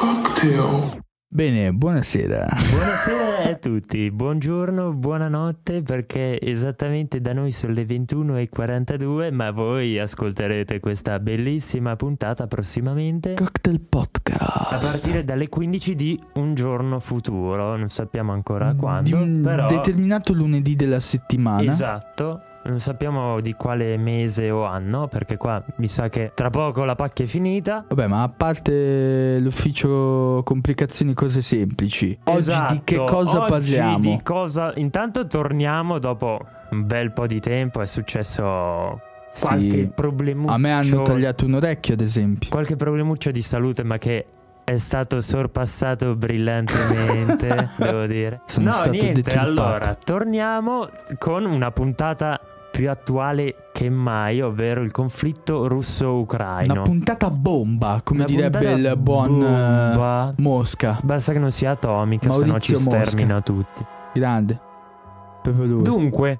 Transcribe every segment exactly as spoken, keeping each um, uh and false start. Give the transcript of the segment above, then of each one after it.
cocktail. Bene, buonasera. Buonasera a tutti, buongiorno, buonanotte, perché esattamente da noi sono le ventuno e quarantadue, ma voi ascolterete questa bellissima puntata prossimamente Cocktail Podcast. a partire dalle quindici di un giorno futuro, non sappiamo ancora quando, Di un però determinato lunedì della settimana. esatto. Non sappiamo di quale mese o anno, perché qua mi sa che tra poco la pacchia è finita. Vabbè, ma a parte l'ufficio complicazioni cose semplici, Esatto. oggi di che cosa Oggi parliamo? di cosa... Intanto torniamo dopo un bel po' di tempo, è successo qualche Sì. problemuccio. A me hanno tagliato un orecchio, ad esempio. Qualche problemuccio di salute, ma che è stato sorpassato brillantemente, devo dire. Sono no, stato niente, deturpato. allora, torniamo con una puntata più attuale che mai, ovvero il conflitto russo-ucraino. Una puntata bomba, come Una direbbe puntata il buon bomba. eh, Mosca. Basta che non sia atomica, se no ci Maurizio Mosca. stermina tutti. Grande. Proprio lui. Dunque,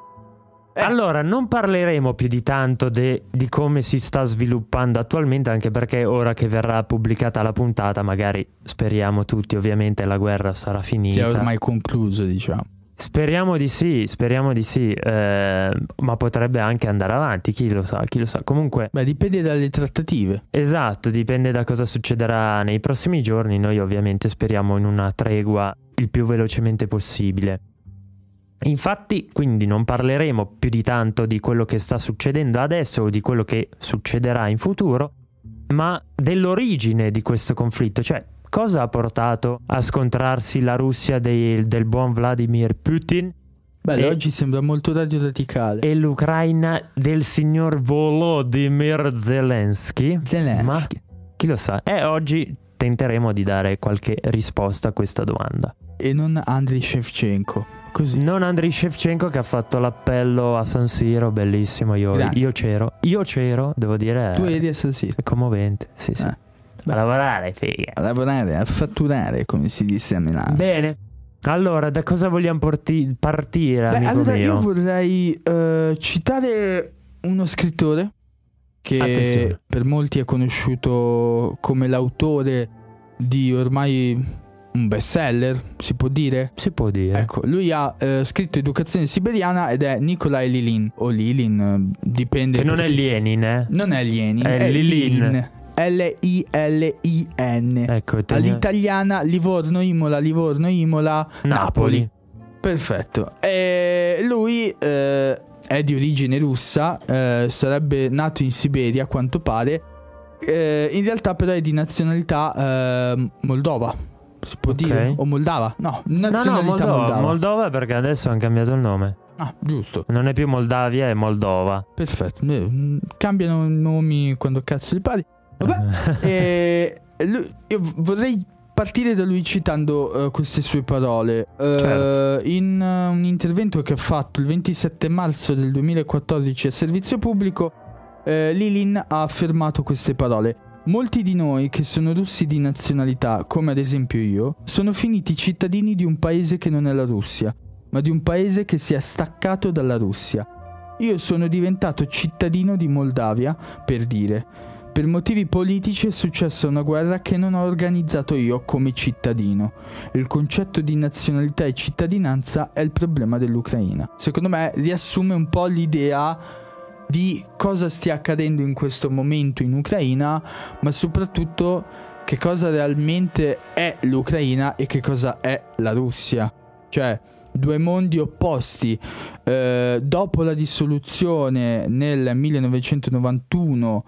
Eh. allora non parleremo più di tanto de- di come si sta sviluppando attualmente, anche perché ora che verrà pubblicata la puntata, magari speriamo tutti, ovviamente la guerra sarà finita. Si è ormai concluso, diciamo. Speriamo di sì, speriamo di sì, eh, ma potrebbe anche andare avanti, chi lo sa, chi lo sa. Comunque, Beh, dipende dalle trattative. esatto, dipende da cosa succederà nei prossimi giorni. Noi ovviamente speriamo in una tregua il più velocemente possibile. Infatti, quindi non parleremo più di tanto di quello che sta succedendo adesso o di quello che succederà in futuro, ma dell'origine di questo conflitto, cioè cosa ha portato a scontrarsi la Russia dei- del buon Vladimir Putin Beh, E- oggi sembra molto radio radicale. e l'Ucraina del signor Volodymyr Zelensky. Zelensky. Ma chi lo sa? E oggi tenteremo di dare qualche risposta a questa domanda. E non Andriy Shevchenko. Così. Non Andriy Shevchenko, che ha fatto l'appello a San Siro, bellissimo, io, Grande. io c'ero, io c'ero, devo dire, Tu è, eri a San Siro. è commovente, sì sì. Eh. A lavorare, figa. A lavorare, a fatturare, come si dice a Milano. Bene, allora da cosa vogliamo porti- partire, Beh, amico allora mio? io vorrei eh, citare uno scrittore che Attenzione. per molti è conosciuto come l'autore di ormai un bestseller, si può dire? Si può dire. Ecco, lui ha eh, scritto Educazione siberiana ed è Nikolai Lilin, o Lilin, eh, dipende. Che non è perché- Lenin, eh? Non è Lenin, È è, Lilin. Lilin. L I L I N. Ecco, te- All'italiana Livorno Imola, Livorno Imola, Napoli. Napoli. Perfetto. E lui eh, è di origine russa, eh, sarebbe nato in Siberia a quanto pare. Eh, in realtà però è di nazionalità eh, Moldova, si può Ok. dire? O Moldava? No, No, nazionalità no, Moldova, Moldava. Moldova perché adesso hanno cambiato il nome. Ah, giusto. Non è più Moldavia, è Moldova. Perfetto. Eh, mm, Cambiano i nomi quando cazzo li pari. Vabbè. E lui- io vorrei partire da lui citando eh, queste sue parole. Eh, Certo. In eh, un intervento che ha fatto il ventisette marzo del duemilaquattordici a servizio pubblico, eh, Lilin ha affermato queste parole. Molti di noi che sono russi di nazionalità, come ad esempio io, sono finiti cittadini di un paese che non è la Russia, ma di un paese che si è staccato dalla Russia. Io sono diventato cittadino di Moldavia, per dire. Per motivi politici è successa una guerra che non ho organizzato io come cittadino. Il concetto di nazionalità e cittadinanza è il problema dell'Ucraina. Secondo me riassume un po' l'idea di cosa stia accadendo in questo momento in Ucraina, ma soprattutto che cosa realmente è l'Ucraina e che cosa è la Russia. Cioè, due mondi opposti. Eh, dopo la dissoluzione nel millenovecentonovantuno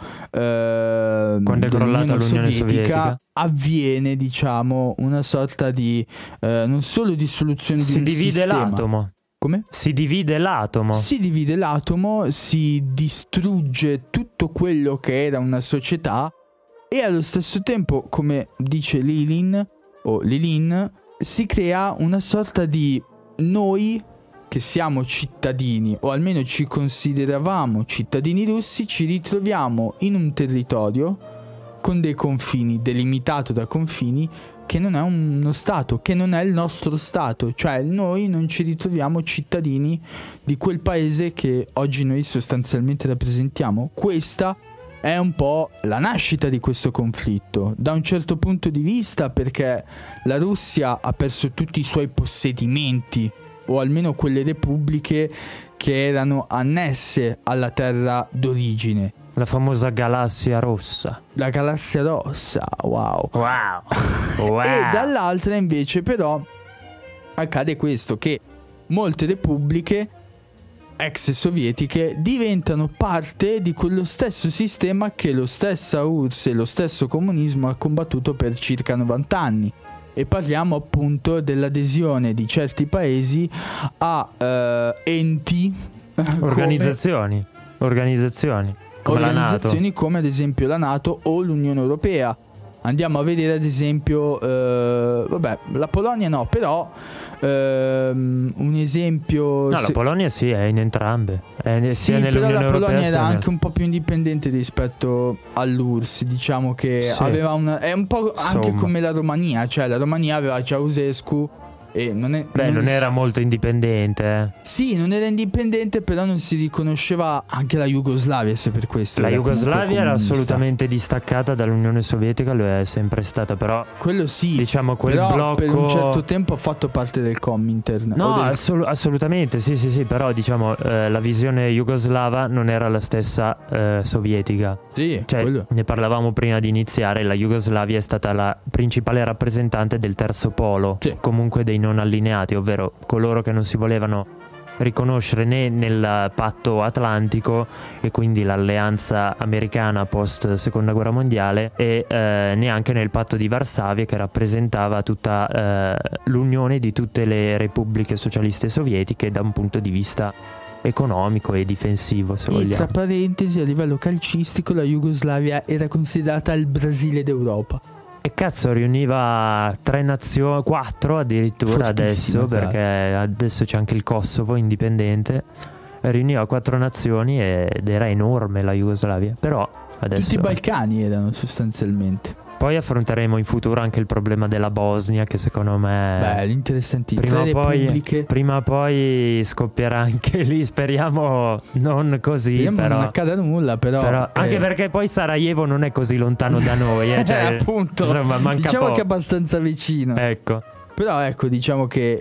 eh, Quando è crollata l'Unione Sovietica, avviene, diciamo, una sorta di eh, non solo dissoluzione di Si un divide sistema. l'atomo. Come? Si divide l'atomo. Si divide l'atomo, si distrugge tutto quello che era una società e allo stesso tempo, come dice Lilin o Lilin, si crea una sorta di noi che siamo cittadini, o almeno ci consideravamo cittadini russi, ci ritroviamo in un territorio con dei confini, delimitato da confini, che non è uno stato, che non è il nostro stato. Cioè noi non ci ritroviamo cittadini di quel paese che oggi noi sostanzialmente rappresentiamo. Questa è un po' la nascita di questo conflitto, da un certo punto di vista perché la Russia ha perso tutti i suoi possedimenti, o almeno quelle repubbliche che erano annesse alla terra d'origine. La famosa galassia rossa. La galassia rossa, wow. Wow. Wow. E dall'altra invece però accade questo, che molte repubbliche ex sovietiche diventano parte di quello stesso sistema che lo stesso U R S S e lo stesso comunismo ha combattuto per circa novanta anni. E parliamo appunto dell'adesione di certi paesi a uh, enti, organizzazioni, come, organizzazioni, come organizzazioni la NATO. Come ad esempio la NATO o l'Unione Europea. Andiamo a vedere ad esempio, uh, vabbè, la Polonia no, però uh, un esempio... No, se... la Polonia sì, è in entrambe. È sia sì, nell'Unione però la Europea Polonia era nel... anche un po' più indipendente rispetto all'U R S S, diciamo che sì. aveva una... È un po' anche Insomma. come la Romania, cioè la Romania aveva Ceausescu e non è... Beh, non, non era si... molto indipendente. Eh. Sì, non era indipendente, però non si riconosceva anche la Jugoslavia, se per questo. La era Jugoslavia era comunista. assolutamente distaccata dall'Unione Sovietica, lo è sempre stata, però... Quello sì, diciamo quel però blocco... per un certo tempo ha fatto parte del Comintern. No, del... assol- assolutamente, sì, sì, sì, però diciamo eh, la visione jugoslava non era la stessa eh, sovietica. Sì, cioè, quello. ne parlavamo prima di iniziare, la Jugoslavia è stata la principale rappresentante del terzo polo, sì. comunque dei non allineati, ovvero coloro che non si volevano riconoscere né nel patto atlantico e quindi l'alleanza americana post seconda guerra mondiale e eh, neanche nel patto di Varsavia, che rappresentava tutta eh, l'unione di tutte le repubbliche socialiste sovietiche da un punto di vista economico e difensivo, se vogliamo. Tra parentesi, a livello calcistico la Jugoslavia era considerata il Brasile d'Europa. E cazzo, riuniva tre nazioni, quattro addirittura adesso, Fortissima, perché adesso c'è anche il Kosovo indipendente. Riuniva quattro nazioni ed era enorme la Jugoslavia. Però adesso... Tutti i Balcani erano sostanzialmente. Poi affronteremo in futuro anche il problema della Bosnia, che secondo me... Bello, interessantissimo. Prima o poi, Pubbliche... prima o poi scoppierà anche lì, speriamo non così. Speriamo però non accada nulla, però... però eh... anche perché poi Sarajevo non è così lontano da noi. Eh, cioè, appunto, insomma, manca diciamo poco. che è abbastanza vicino. Ecco. Però ecco, diciamo che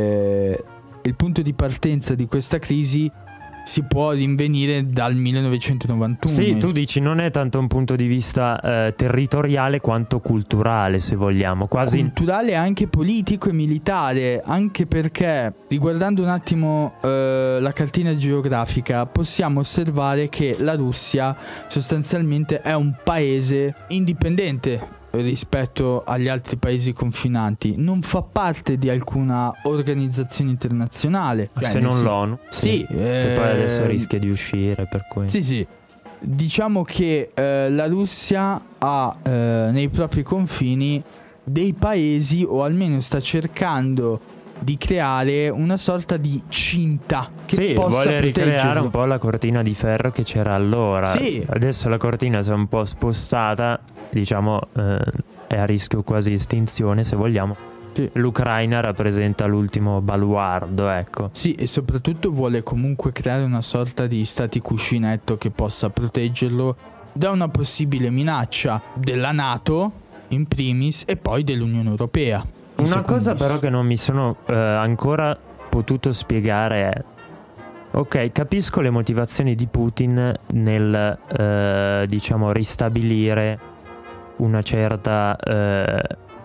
eh, il punto di partenza di questa crisi si può rinvenire dal millenovecentonovantuno. Sì, tu dici non è tanto un punto di vista eh, territoriale quanto culturale, se vogliamo, quasi culturale, anche politico e militare, anche perché riguardando un attimo eh, la cartina geografica possiamo osservare che la Russia sostanzialmente è un paese indipendente rispetto agli altri paesi confinanti, non fa parte di alcuna organizzazione internazionale, se cioè, non sì. l'ONU, sì, che eh... poi adesso eh... rischia di uscire, per cui sì sì diciamo che eh, la Russia ha eh, nei propri confini dei paesi, o almeno sta cercando di creare una sorta di cinta che sì, possa vuole ricreare proteggerlo. un po' la cortina di ferro che c'era allora. Sì. Adesso la cortina si è un po' spostata, diciamo eh, è a rischio quasi estinzione, se vogliamo. Sì. L'Ucraina rappresenta l'ultimo baluardo, ecco. Sì, e soprattutto vuole comunque creare una sorta di stati cuscinetto che possa proteggerlo da una possibile minaccia della NATO in primis e poi dell'Unione Europea. Una cosa però che non mi sono eh, ancora potuto spiegare è: ok, capisco le motivazioni di Putin nel eh, diciamo ristabilire una certa eh,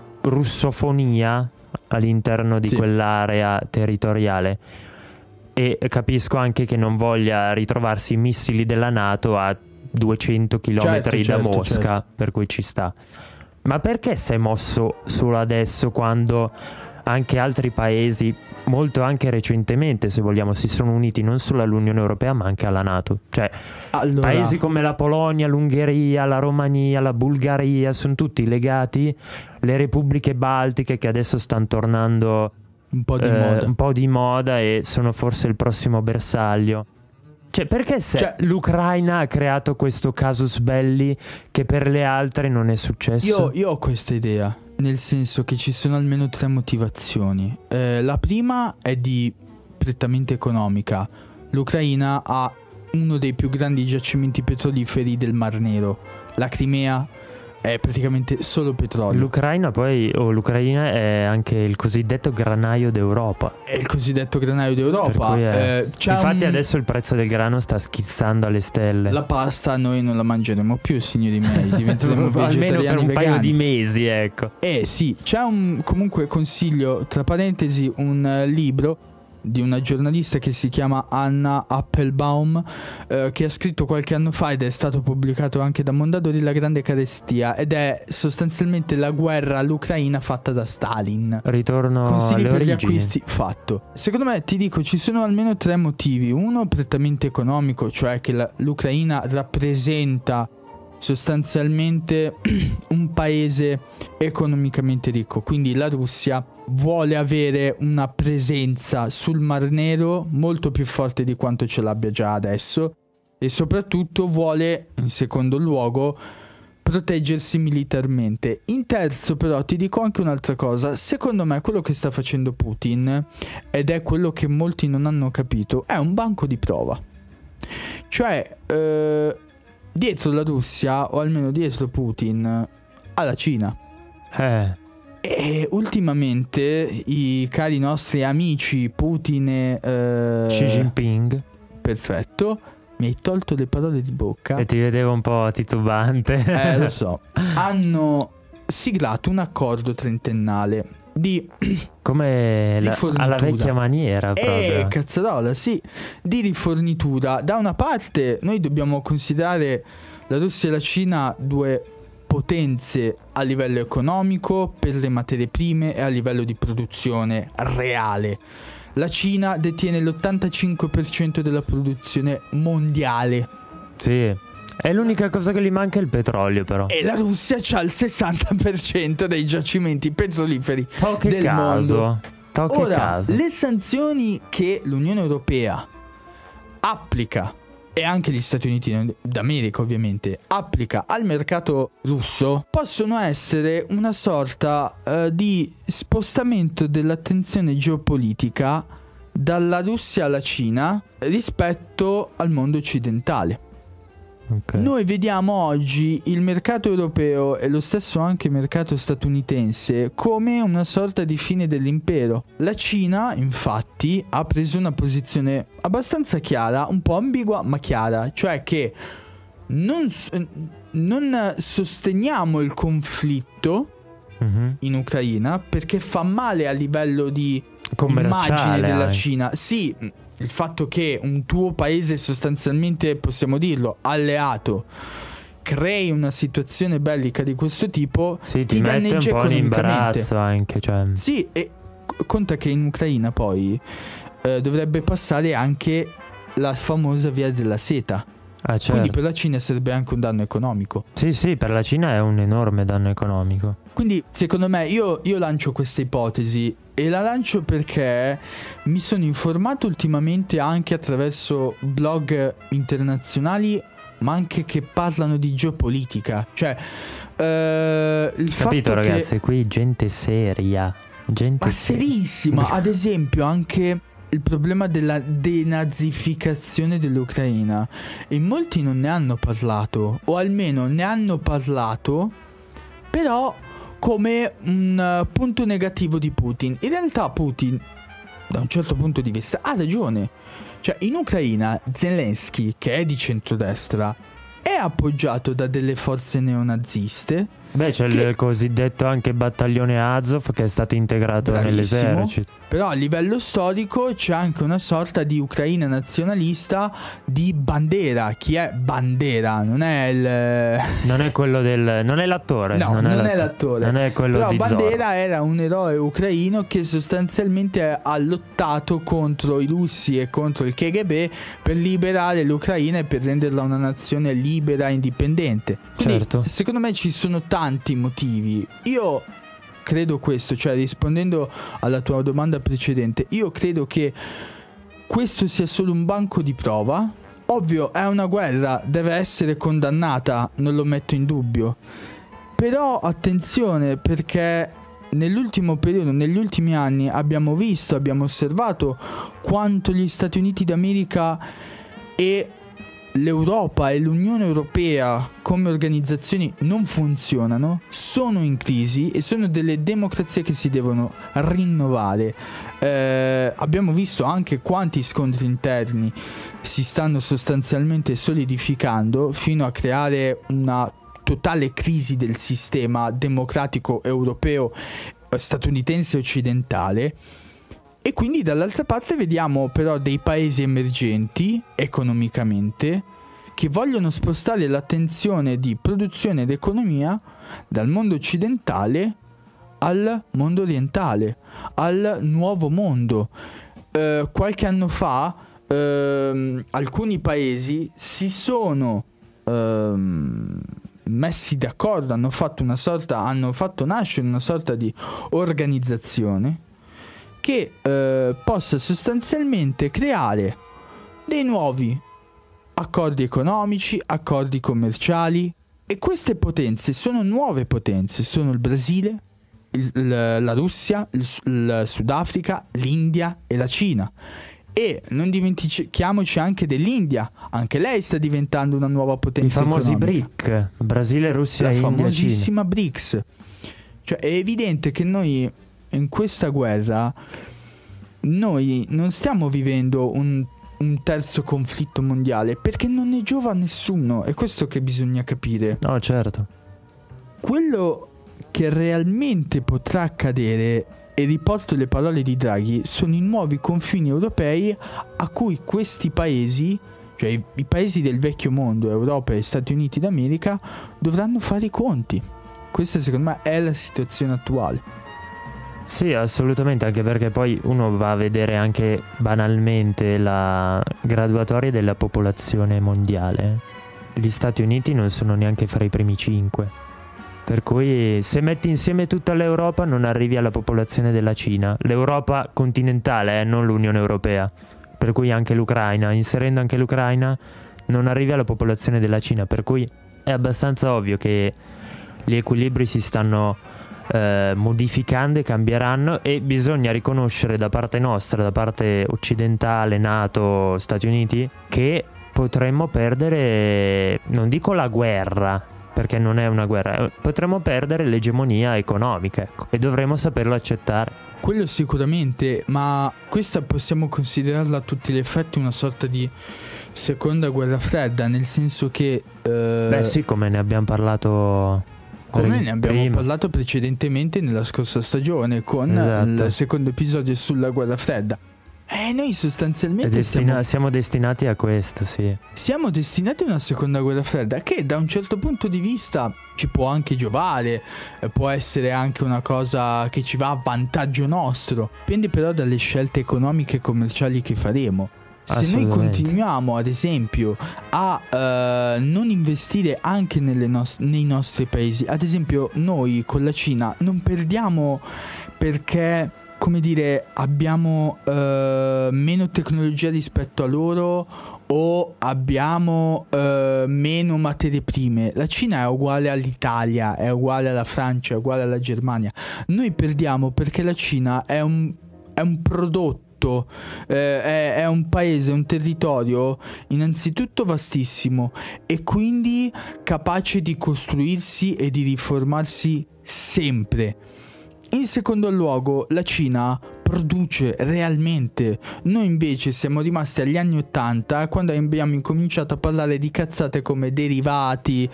russofonia all'interno di sì. quell'area territoriale, e capisco anche che non voglia ritrovarsi i missili della NATO a duecento chilometri certo, da certo, Mosca, certo. per cui ci sta. Ma perché si è mosso solo adesso, quando anche altri paesi, molto anche recentemente, se vogliamo, si sono uniti non solo all'Unione Europea ma anche alla NATO? Cioè, allora... paesi come la Polonia, l'Ungheria, la Romania, la Bulgaria sono tutti legati, le repubbliche baltiche che adesso stanno tornando un po' di, eh, moda. un po' di moda e sono forse il prossimo bersaglio. Cioè, perché se cioè, l'Ucraina ha creato questo casus belli che per le altre non è successo? Io, io ho questa idea, nel senso che ci sono almeno tre motivazioni. Eh, la prima è di prettamente economica. L'Ucraina ha uno dei più grandi giacimenti petroliferi del Mar Nero. La Crimea è praticamente solo petrolio. L'Ucraina poi, o l'Ucraina è anche il cosiddetto granaio d'Europa. È il cosiddetto granaio d'Europa. È... Eh, c'è Infatti un... adesso il prezzo del grano sta schizzando alle stelle. La pasta noi non la mangeremo più, signori miei, diventeremo vegetariani almeno per un vegani. paio di mesi, ecco. Eh sì, c'è un comunque consiglio, tra parentesi, un uh, libro di una giornalista che si chiama Anna Applebaum, eh, che ha scritto qualche anno fa ed è stato pubblicato anche da Mondadori, La grande carestia, ed è sostanzialmente la guerra all'Ucraina fatta da Stalin. Ritorno Consigli alle per origini. gli acquisti, fatto. Secondo me, ti dico, ci sono almeno tre motivi. Uno prettamente economico, cioè che la, l'Ucraina rappresenta sostanzialmente un paese economicamente ricco, quindi la Russia vuole avere una presenza sul Mar Nero molto più forte di quanto ce l'abbia già adesso, e soprattutto vuole, in secondo luogo, proteggersi militarmente. In terzo, però, ti dico anche un'altra cosa. Secondo me quello che sta facendo Putin, ed è quello che molti non hanno capito, è un banco di prova. Cioè eh, dietro la Russia, o almeno dietro Putin, alla Cina. Eh. E ultimamente i cari nostri amici Putin e eh, Xi Jinping. Perfetto, mi hai tolto le parole di bocca. E ti vedevo un po' titubante. Eh, lo so. Hanno siglato un accordo trentennale di come di la, alla vecchia maniera proprio. Eh, cazzarola, sì. Di rifornitura. Da una parte noi dobbiamo considerare la Russia e la Cina due potenze a livello economico per le materie prime e a livello di produzione reale. La Cina detiene l'ottantacinque per cento della produzione mondiale. Sì, è l'unica cosa che gli manca è il petrolio, però. E la Russia c'ha il sessanta per cento dei giacimenti petroliferi oh, che del caso. mondo. Oh, che Ora, caso. le sanzioni che l'Unione Europea applica, e anche gli Stati Uniti d'America ovviamente, applica al mercato russo, possono essere una sorta uh, di spostamento dell'attenzione geopolitica dalla Russia alla Cina rispetto al mondo occidentale. Okay. Noi vediamo oggi il mercato europeo e lo stesso anche il mercato statunitense come una sorta di fine dell'impero. La Cina, infatti, ha preso una posizione abbastanza chiara, un po' ambigua ma chiara, cioè che non, non sosteniamo il conflitto mm-hmm. in Ucraina perché fa male a livello di immagine della anche. Cina. Sì, il fatto che un tuo paese sostanzialmente, possiamo dirlo, alleato, crei una situazione bellica di questo tipo, sì, ti, ti danneggia mette un po' in economicamente. imbarazzo anche, cioè. Sì, e conta che in Ucraina poi eh, dovrebbe passare anche la famosa via della seta. Ah, certo. Quindi per la Cina sarebbe anche un danno economico. Sì, sì, per la Cina è un enorme danno economico. Quindi secondo me io, io lancio questa ipotesi, e la lancio perché mi sono informato ultimamente anche attraverso blog internazionali, ma anche che parlano di geopolitica. Cioè eh, il capito, fatto ragazzi, che... qui gente seria, gente ma ser- serissima. Ad esempio anche il problema della denazificazione dell'Ucraina, e molti non ne hanno parlato, o almeno ne hanno parlato però come un uh, punto negativo di Putin. In realtà Putin, da un certo punto di vista, ha ragione. Cioè in Ucraina Zelensky, che è di centrodestra, è appoggiato da delle forze neonaziste. Beh, c'è che... il cosiddetto anche battaglione Azov che è stato integrato Bravissimo. nell'esercito. Però a livello storico c'è anche una sorta di Ucraina nazionalista di Bandera. Chi è Bandera? Non è il... Non è quello del... Non è l'attore. No, non, non è, è l'attore. l'attore. Non è quello Però di Bandera Zorro. era un eroe ucraino che sostanzialmente ha lottato contro i russi e contro il K G B per liberare l'Ucraina e per renderla una nazione libera e indipendente. Quindi, certo. secondo me ci sono tanti motivi. Io credo questo, cioè rispondendo alla tua domanda precedente, io credo che questo sia solo un banco di prova. Ovvio, è una guerra, deve essere condannata, non lo metto in dubbio. Però attenzione, perché nell'ultimo periodo, negli ultimi anni abbiamo visto, abbiamo osservato quanto gli Stati Uniti d'America e l'Europa e l'Unione Europea come organizzazioni non funzionano, sono in crisi e sono delle democrazie che si devono rinnovare. Eh, abbiamo visto anche quanti scontri interni si stanno sostanzialmente solidificando fino a creare una totale crisi del sistema democratico europeo, statunitense e occidentale. E quindi dall'altra parte vediamo però dei paesi emergenti economicamente che vogliono spostare l'attenzione di produzione ed economia dal mondo occidentale al mondo orientale, al nuovo mondo. Eh, qualche anno fa ehm, alcuni paesi si sono ehm, messi d'accordo, hanno fatto una sorta, hanno fatto nascere una sorta di organizzazione che eh, possa sostanzialmente creare dei nuovi accordi economici, accordi commerciali, e queste potenze sono nuove potenze, sono il Brasile, il, la, la Russia, il, il Sudafrica, l'India e la Cina. E non dimentichiamoci anche dell'India, anche lei sta diventando una nuova potenza economica. I famosi BRIC, Brasile, Russia la e India, Cina. La famosissima BRICS. Cioè è evidente che noi in questa guerra noi non stiamo vivendo un, un terzo conflitto mondiale, perché non ne giova a nessuno, è questo che bisogna capire. No, certo. Quello che realmente potrà accadere, e riporto le parole di Draghi, sono i nuovi confini europei a cui questi paesi, cioè i, i paesi del vecchio mondo, Europa e Stati Uniti d'America, dovranno fare i conti. Questa secondo me è la situazione attuale. Sì, assolutamente, anche perché poi uno va a vedere anche banalmente la graduatoria della popolazione mondiale. Gli Stati Uniti non sono neanche fra i primi cinque, per cui se metti insieme tutta l'Europa non arrivi alla popolazione della Cina, l'Europa continentale, eh, non l'Unione Europea, per cui anche l'Ucraina, inserendo anche l'Ucraina, non arrivi alla popolazione della Cina, per cui è abbastanza ovvio che gli equilibri si stanno Eh, modificando e cambieranno, e bisogna riconoscere da parte nostra, da parte occidentale, NATO, Stati Uniti, che potremmo perdere, non dico la guerra, perché non è una guerra, potremmo perdere l'egemonia economica, ecco, e dovremo saperlo accettare. Quello sicuramente, ma questa possiamo considerarla a tutti gli effetti una sorta di seconda guerra fredda, nel senso che eh... beh sì, come ne abbiamo parlato come ne abbiamo prima. parlato precedentemente nella scorsa stagione con esatto. il secondo episodio sulla guerra fredda. E noi sostanzialmente destina- siamo... siamo destinati a questo, sì. Siamo destinati a una seconda guerra fredda che da un certo punto di vista ci può anche giovare, eh, può essere anche una cosa che ci va a vantaggio nostro. Dipende però dalle scelte economiche e commerciali che faremo. Se noi continuiamo ad esempio a uh, non investire anche nelle nos- nei nostri paesi, ad esempio noi con la Cina non perdiamo perché, come dire, abbiamo uh, meno tecnologia rispetto a loro o abbiamo uh, meno materie prime. La Cina è uguale all'Italia, è uguale alla Francia, è uguale alla Germania. Noi perdiamo perché la Cina è un, è un prodotto, Eh, è, è un paese, un territorio innanzitutto vastissimo e quindi capace di costruirsi e di riformarsi sempre. In secondo luogo, la Cina produce realmente. Noi invece siamo rimasti agli anni ottanta, quando abbiamo incominciato a parlare di cazzate come derivati,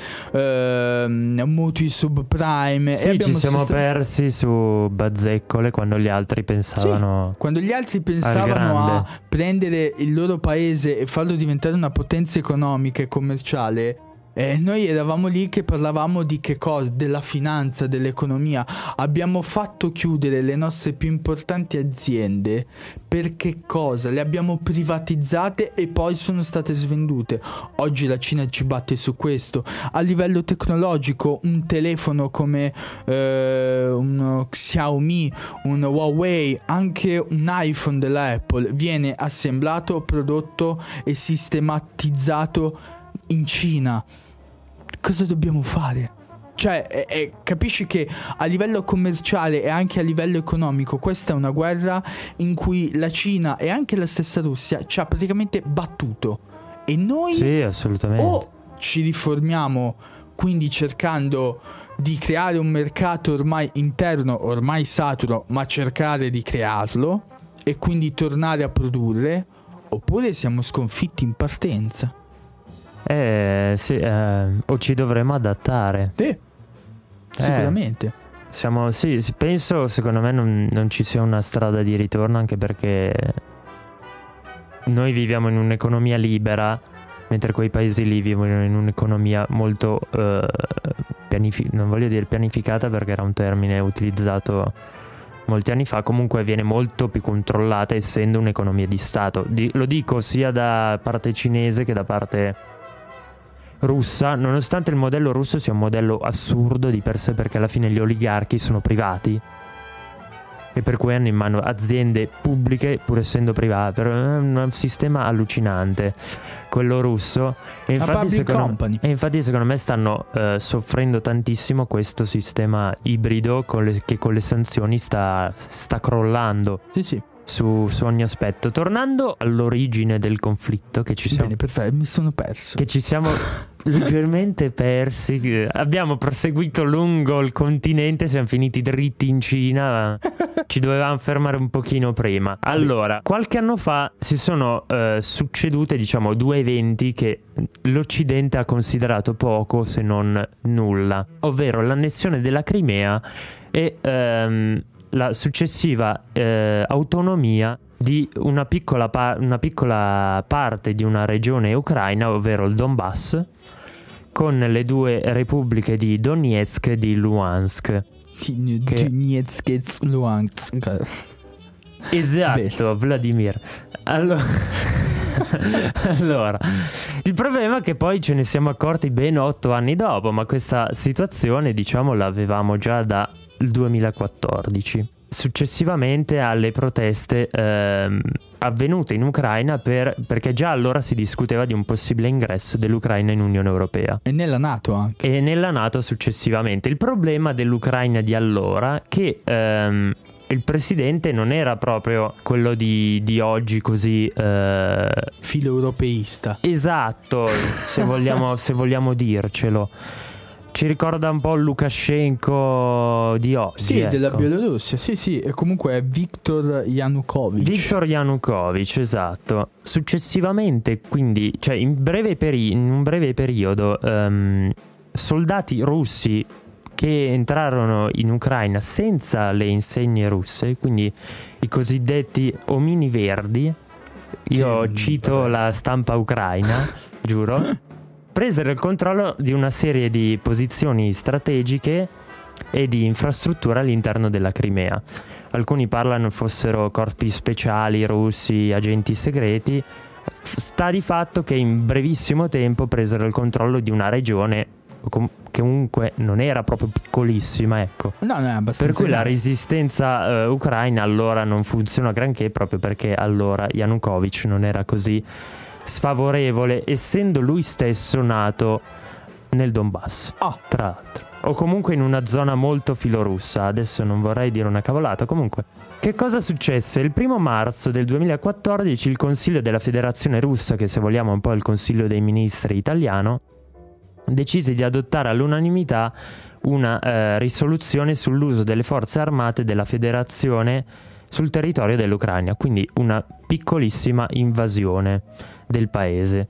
ehm, mutui subprime. Sì, e ci siamo sost- persi su bazzeccole quando gli altri pensavano. Sì, quando gli altri pensavano a prendere il loro paese e farlo diventare una potenza economica e commerciale. E noi eravamo lì che parlavamo di che cosa? Della finanza, dell'economia. Abbiamo fatto chiudere le nostre più importanti aziende. Per che cosa? Le abbiamo privatizzate e poi sono state svendute. Oggi la Cina ci batte su questo. A livello tecnologico, un telefono come eh, un Xiaomi, un Huawei, anche un iPhone della Apple viene assemblato, prodotto e sistematizzato in Cina. Cosa dobbiamo fare? Cioè, eh, eh, capisci che a livello commerciale e anche a livello economico questa è una guerra in cui la Cina e anche la stessa Russia ci ha praticamente battuto. E noi sì, assolutamente. o ci riformiamo, quindi cercando di creare un mercato ormai interno, ormai saturo, ma cercare di crearlo e quindi tornare a produrre, oppure siamo sconfitti in partenza. Eh, sì, eh, o ci dovremo adattare. Sì, sicuramente. Eh, siamo, sì, penso, secondo me non, non ci sia una strada di ritorno, anche perché noi viviamo in un'economia libera, mentre quei paesi lì vivono in un'economia molto eh, pianificata, non voglio dire pianificata perché era un termine utilizzato molti anni fa, comunque viene molto più controllata, essendo un'economia di Stato. Di, lo dico sia da parte cinese che da parte russa, nonostante il modello russo sia un modello assurdo di per sé, perché alla fine gli oligarchi sono privati e per cui hanno in mano aziende pubbliche pur essendo private. È un sistema allucinante quello russo, e infatti, secondo, e infatti secondo me stanno eh, soffrendo tantissimo questo sistema ibrido con le, che con le sanzioni sta, sta crollando. Sì, sì. Su, su ogni aspetto. Tornando all'origine del conflitto, che ci siamo, bene, perfetto, mi sono perso. Che ci siamo leggermente persi. Abbiamo proseguito lungo il continente, siamo finiti dritti in Cina. Ci dovevamo fermare un pochino prima. Allora, qualche anno fa si sono eh, succedute, diciamo, due eventi che l'Occidente ha considerato poco, se non nulla, ovvero l'annessione della Crimea e ehm, la successiva eh, autonomia di una piccola, pa- una piccola parte di una regione ucraina, ovvero il Donbass, con le due repubbliche di Donetsk e di Luhansk. Che... Donetsk e Luhansk. Esatto, beh. Vladimir. Allora... allora, il problema è che poi ce ne siamo accorti ben otto anni dopo, ma questa situazione, diciamo, l'avevamo già dal duemilaquattordici, successivamente alle proteste ehm, avvenute in Ucraina, per, perché già allora si discuteva di un possibile ingresso dell'Ucraina in Unione Europea. E nella NATO anche. E nella NATO successivamente. Il problema dell'Ucraina di allora che... Ehm, il presidente non era proprio quello di, di oggi, così eh... filo europeista. Esatto, se vogliamo, se vogliamo dircelo. Ci ricorda un po' Lukashenko di oggi. Sì, ecco. Della Bielorussia, sì sì, e comunque è Viktor Yanukovych. Viktor Yanukovych, esatto. Successivamente, quindi, cioè in, breve peri- in un breve periodo, um, soldati russi che entrarono in Ucraina senza le insegne russe, quindi i cosiddetti omini verdi, io sì, cito vabbè. La stampa ucraina, giuro, presero il controllo di una serie di posizioni strategiche e di infrastrutture all'interno della Crimea. Alcuni parlano fossero corpi speciali russi, agenti segreti. Sta di fatto che in brevissimo tempo presero il controllo di una regione che comunque non era proprio piccolissima, ecco. No, no, è abbastanza. Per cui grande. La resistenza uh, ucraina allora non funziona granché, proprio perché allora Yanukovych non era così sfavorevole, essendo lui stesso nato nel Donbass, oh. tra l'altro, o comunque in una zona molto filorussa. Adesso non vorrei dire una cavolata. Comunque, che cosa successe? Il primo marzo del duemilaquattordici il Consiglio della Federazione Russa, che se vogliamo è un po' il Consiglio dei Ministri italiano, decise di adottare all'unanimità una eh, risoluzione sull'uso delle forze armate della Federazione sul territorio dell'Ucraina, quindi una piccolissima invasione del paese.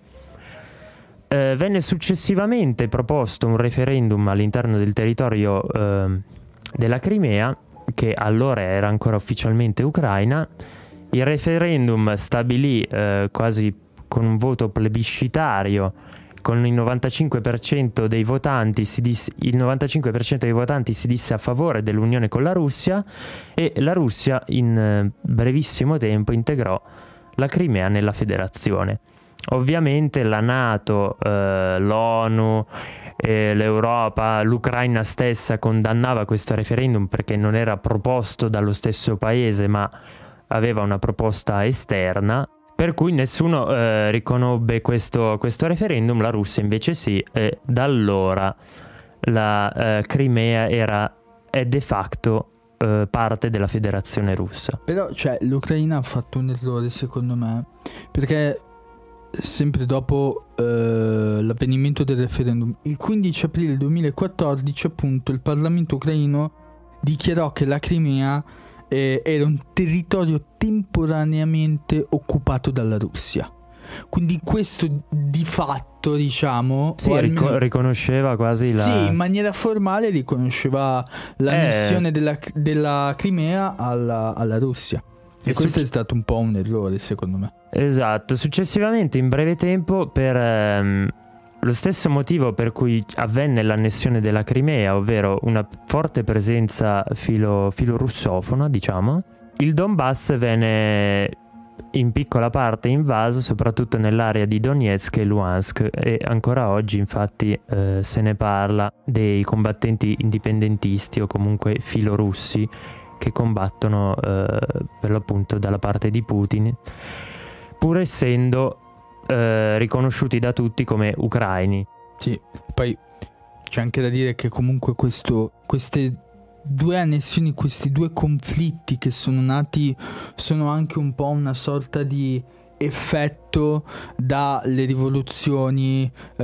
Eh, venne successivamente proposto un referendum all'interno del territorio eh, della Crimea, che allora era ancora ufficialmente ucraina. Il referendum stabilì eh, quasi con un voto plebiscitario, con il novantacinque per cento dei votanti si disse, il novantacinque per cento dei votanti si disse a favore dell'unione con la Russia, e la Russia in eh, brevissimo tempo integrò la Crimea nella federazione. Ovviamente la NATO, eh, l'ONU, eh, l'Europa, l'Ucraina stessa condannava questo referendum perché non era proposto dallo stesso paese ma aveva una proposta esterna, per cui nessuno eh, riconobbe questo, questo referendum. La Russia invece sì, e da allora la eh, Crimea era, è de facto eh, parte della Federazione Russa. Però cioè, l'Ucraina ha fatto un errore secondo me, perché sempre dopo eh, l'avvenimento del referendum, il quindici aprile duemilaquattordici, appunto, il Parlamento ucraino dichiarò che la Crimea eh, era un territorio temporaneamente occupato dalla Russia. Quindi questo di fatto, diciamo, sì, almeno, rico- riconosceva quasi la... Sì, in maniera formale riconosceva l'annessione eh... della, della Crimea alla, alla Russia. E, e questo succe- è stato un po' un errore, secondo me. Esatto. Successivamente, in breve tempo, per ehm, lo stesso motivo per cui avvenne l'annessione della Crimea, ovvero una forte presenza filo, filo-russofona, diciamo, il Donbass venne in piccola parte invaso, soprattutto nell'area di Donetsk e Luhansk, e ancora oggi infatti eh, se ne parla dei combattenti indipendentisti o comunque filorussi che combattono eh, per l'appunto dalla parte di Putin, pur essendo eh, riconosciuti da tutti come ucraini. Sì, poi c'è anche da dire che comunque questo, queste due annessioni, questi due conflitti che sono nati, sono anche un po' una sorta di effetto dalle rivoluzioni eh,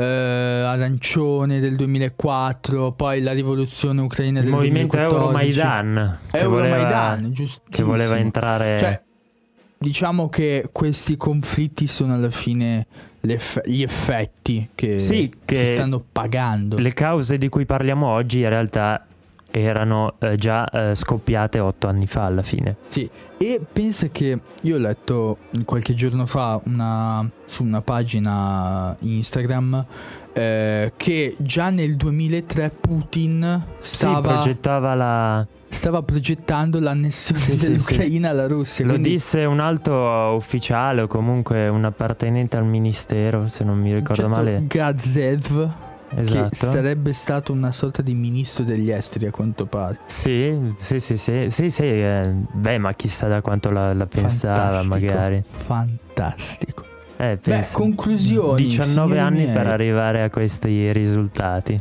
arancione del duemilaquattro, poi la rivoluzione ucraina del duemilaquattordici. Il movimento Euromaidan, che Euromaidan, voleva, che voleva entrare... Cioè, diciamo che questi conflitti sono alla fine eff- gli effetti che, sì, che si stanno pagando. Le cause di cui parliamo oggi in realtà erano eh, già eh, scoppiate otto anni fa alla fine. Sì, e pensa che io ho letto qualche giorno fa una, su una pagina Instagram eh, che già nel duemilatré Putin stava, sì, progettava la... stava progettando l'annessione sì, dell'Ucraina sì, alla Russia. Lo quindi... disse un alto ufficiale o comunque un appartenente al ministero, se non mi ricordo certo, male. Gazev. Esatto. Che sarebbe stato una sorta di ministro degli esteri, a quanto pare. Sì, sì, sì, sì, sì, sì eh, beh, ma chissà da quanto la, la pensava, fantastico, magari. Fantastico. Eh, beh, conclusioni. diciannove anni miei. Per arrivare a questi risultati.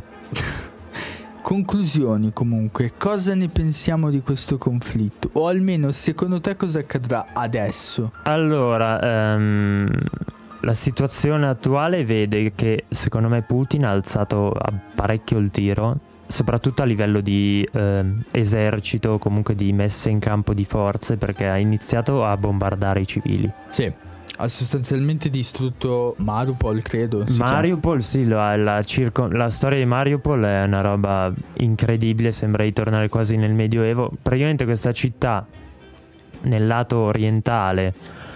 Conclusioni, comunque, cosa ne pensiamo di questo conflitto? O almeno, secondo te, cosa accadrà adesso? Allora, um... la situazione attuale vede che secondo me Putin ha alzato parecchio il tiro, soprattutto a livello di eh, esercito o comunque di messa in campo di forze, perché ha iniziato a bombardare i civili. Sì, ha sostanzialmente distrutto Mariupol, credo. Mariupol, sì, la, la, circo- la storia di Mariupol è una roba incredibile, sembra di tornare quasi nel Medioevo. Praticamente questa città nel lato orientale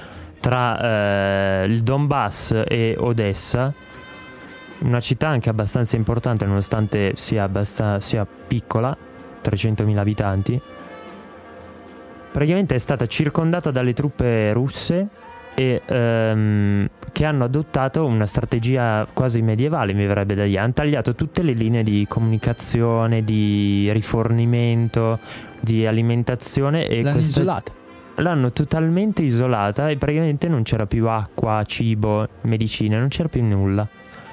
tra eh, il Donbass e Odessa, una città anche abbastanza importante nonostante sia, abbast- sia piccola, trecentomila abitanti, praticamente è stata circondata dalle truppe russe e ehm, che hanno adottato una strategia quasi medievale, mi verrebbe da dire. Hanno tagliato tutte le linee di comunicazione, di rifornimento, di alimentazione e l'hanno questa... isolata. L'hanno totalmente isolata e praticamente non c'era più acqua, cibo, medicine, non c'era più nulla.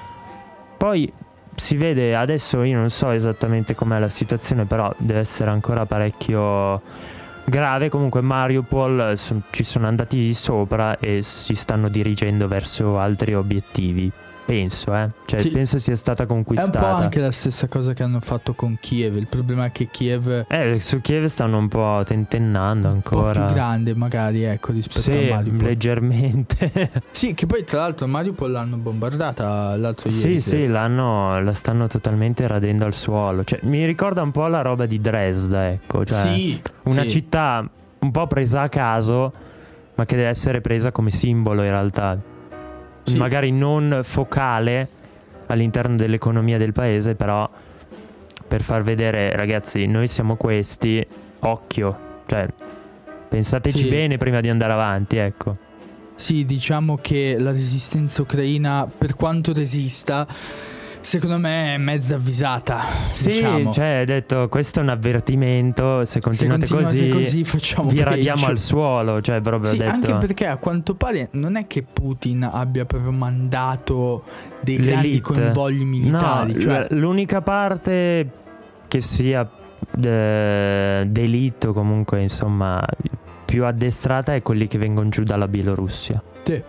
Poi si vede adesso, io non so esattamente com'è la situazione, però deve essere ancora parecchio grave. Comunque Mariupol so, ci sono andati sopra e si stanno dirigendo verso altri obiettivi. Penso, eh. Cioè, sì, penso sia stata conquistata. È un po' anche la stessa cosa che hanno fatto con Kiev. Il problema è che Kiev... Eh, su Kiev stanno un po' tentennando ancora. Un po' più grande magari, ecco, rispetto sì, a Mariupol. Leggermente. Sì, che poi tra l'altro Mariupol l'hanno bombardata l'altro sì, ieri. Sì, sì, l'hanno, la stanno totalmente radendo al suolo. Cioè, mi ricorda un po' la roba di Dresda, ecco. Cioè, sì, una sì. città un po' presa a caso, ma che deve essere presa come simbolo in realtà. Sì. Magari non focale all'interno dell'economia del paese, però per far vedere, ragazzi, noi siamo questi, occhio, cioè pensateci sì. bene prima di andare avanti, ecco. Sì, diciamo che la resistenza ucraina, per quanto resista, secondo me è mezza avvisata. Sì, diciamo. Cioè, hai detto, questo è un avvertimento, se continuate, se continuate così, così facciamo vi peggio. radiamo al suolo, cioè proprio sì, detto. Anche perché a quanto pare non è che Putin abbia proprio mandato dei grandi convogli militari. No, cioè... l'unica parte che sia eh, d'elite o comunque insomma più addestrata è quelli che vengono giù dalla Bielorussia. Sì.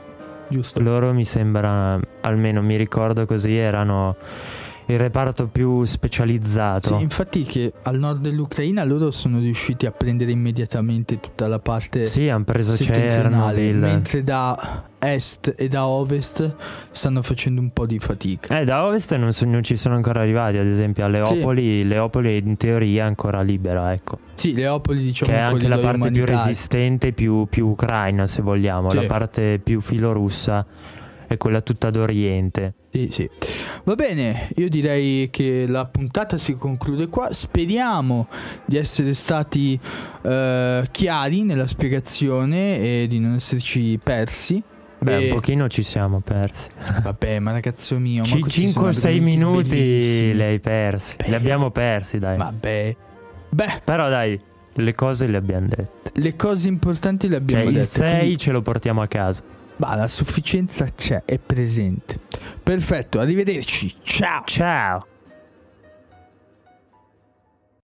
giusto? Loro mi sembra, almeno mi ricordo così, erano il reparto più specializzato. Sì, infatti che al nord dell'Ucraina loro sono riusciti a prendere immediatamente tutta la parte sì, hanno preso settentrionale, Chernobyl, mentre da est e da ovest stanno facendo un po' di fatica. Eh, da ovest non, so, non ci sono ancora arrivati, ad esempio a Leopoli, sì. Leopoli in teoria è ancora libera, ecco. Sì, Leopoli diciamo che è anche la parte umanitari. più resistente, più, più ucraina se vogliamo, sì. La parte più filorussa è quella tutta d'Oriente. Sì, sì. Va bene, io direi che la puntata si conclude qua. Speriamo di essere stati eh, chiari nella spiegazione e di non esserci persi. Beh, e... un pochino ci siamo persi. Vabbè, ma ragazzo mio, C- cinque o sei minuti bellissimi. li hai persi. Beh. Li abbiamo persi, dai. Vabbè. Beh, però dai, le cose le abbiamo dette. Le cose importanti le abbiamo cioè, dette. Il sei quindi... ce lo portiamo a casa. Ma la sufficienza c'è, è presente. Perfetto, arrivederci. Ciao. Ciao.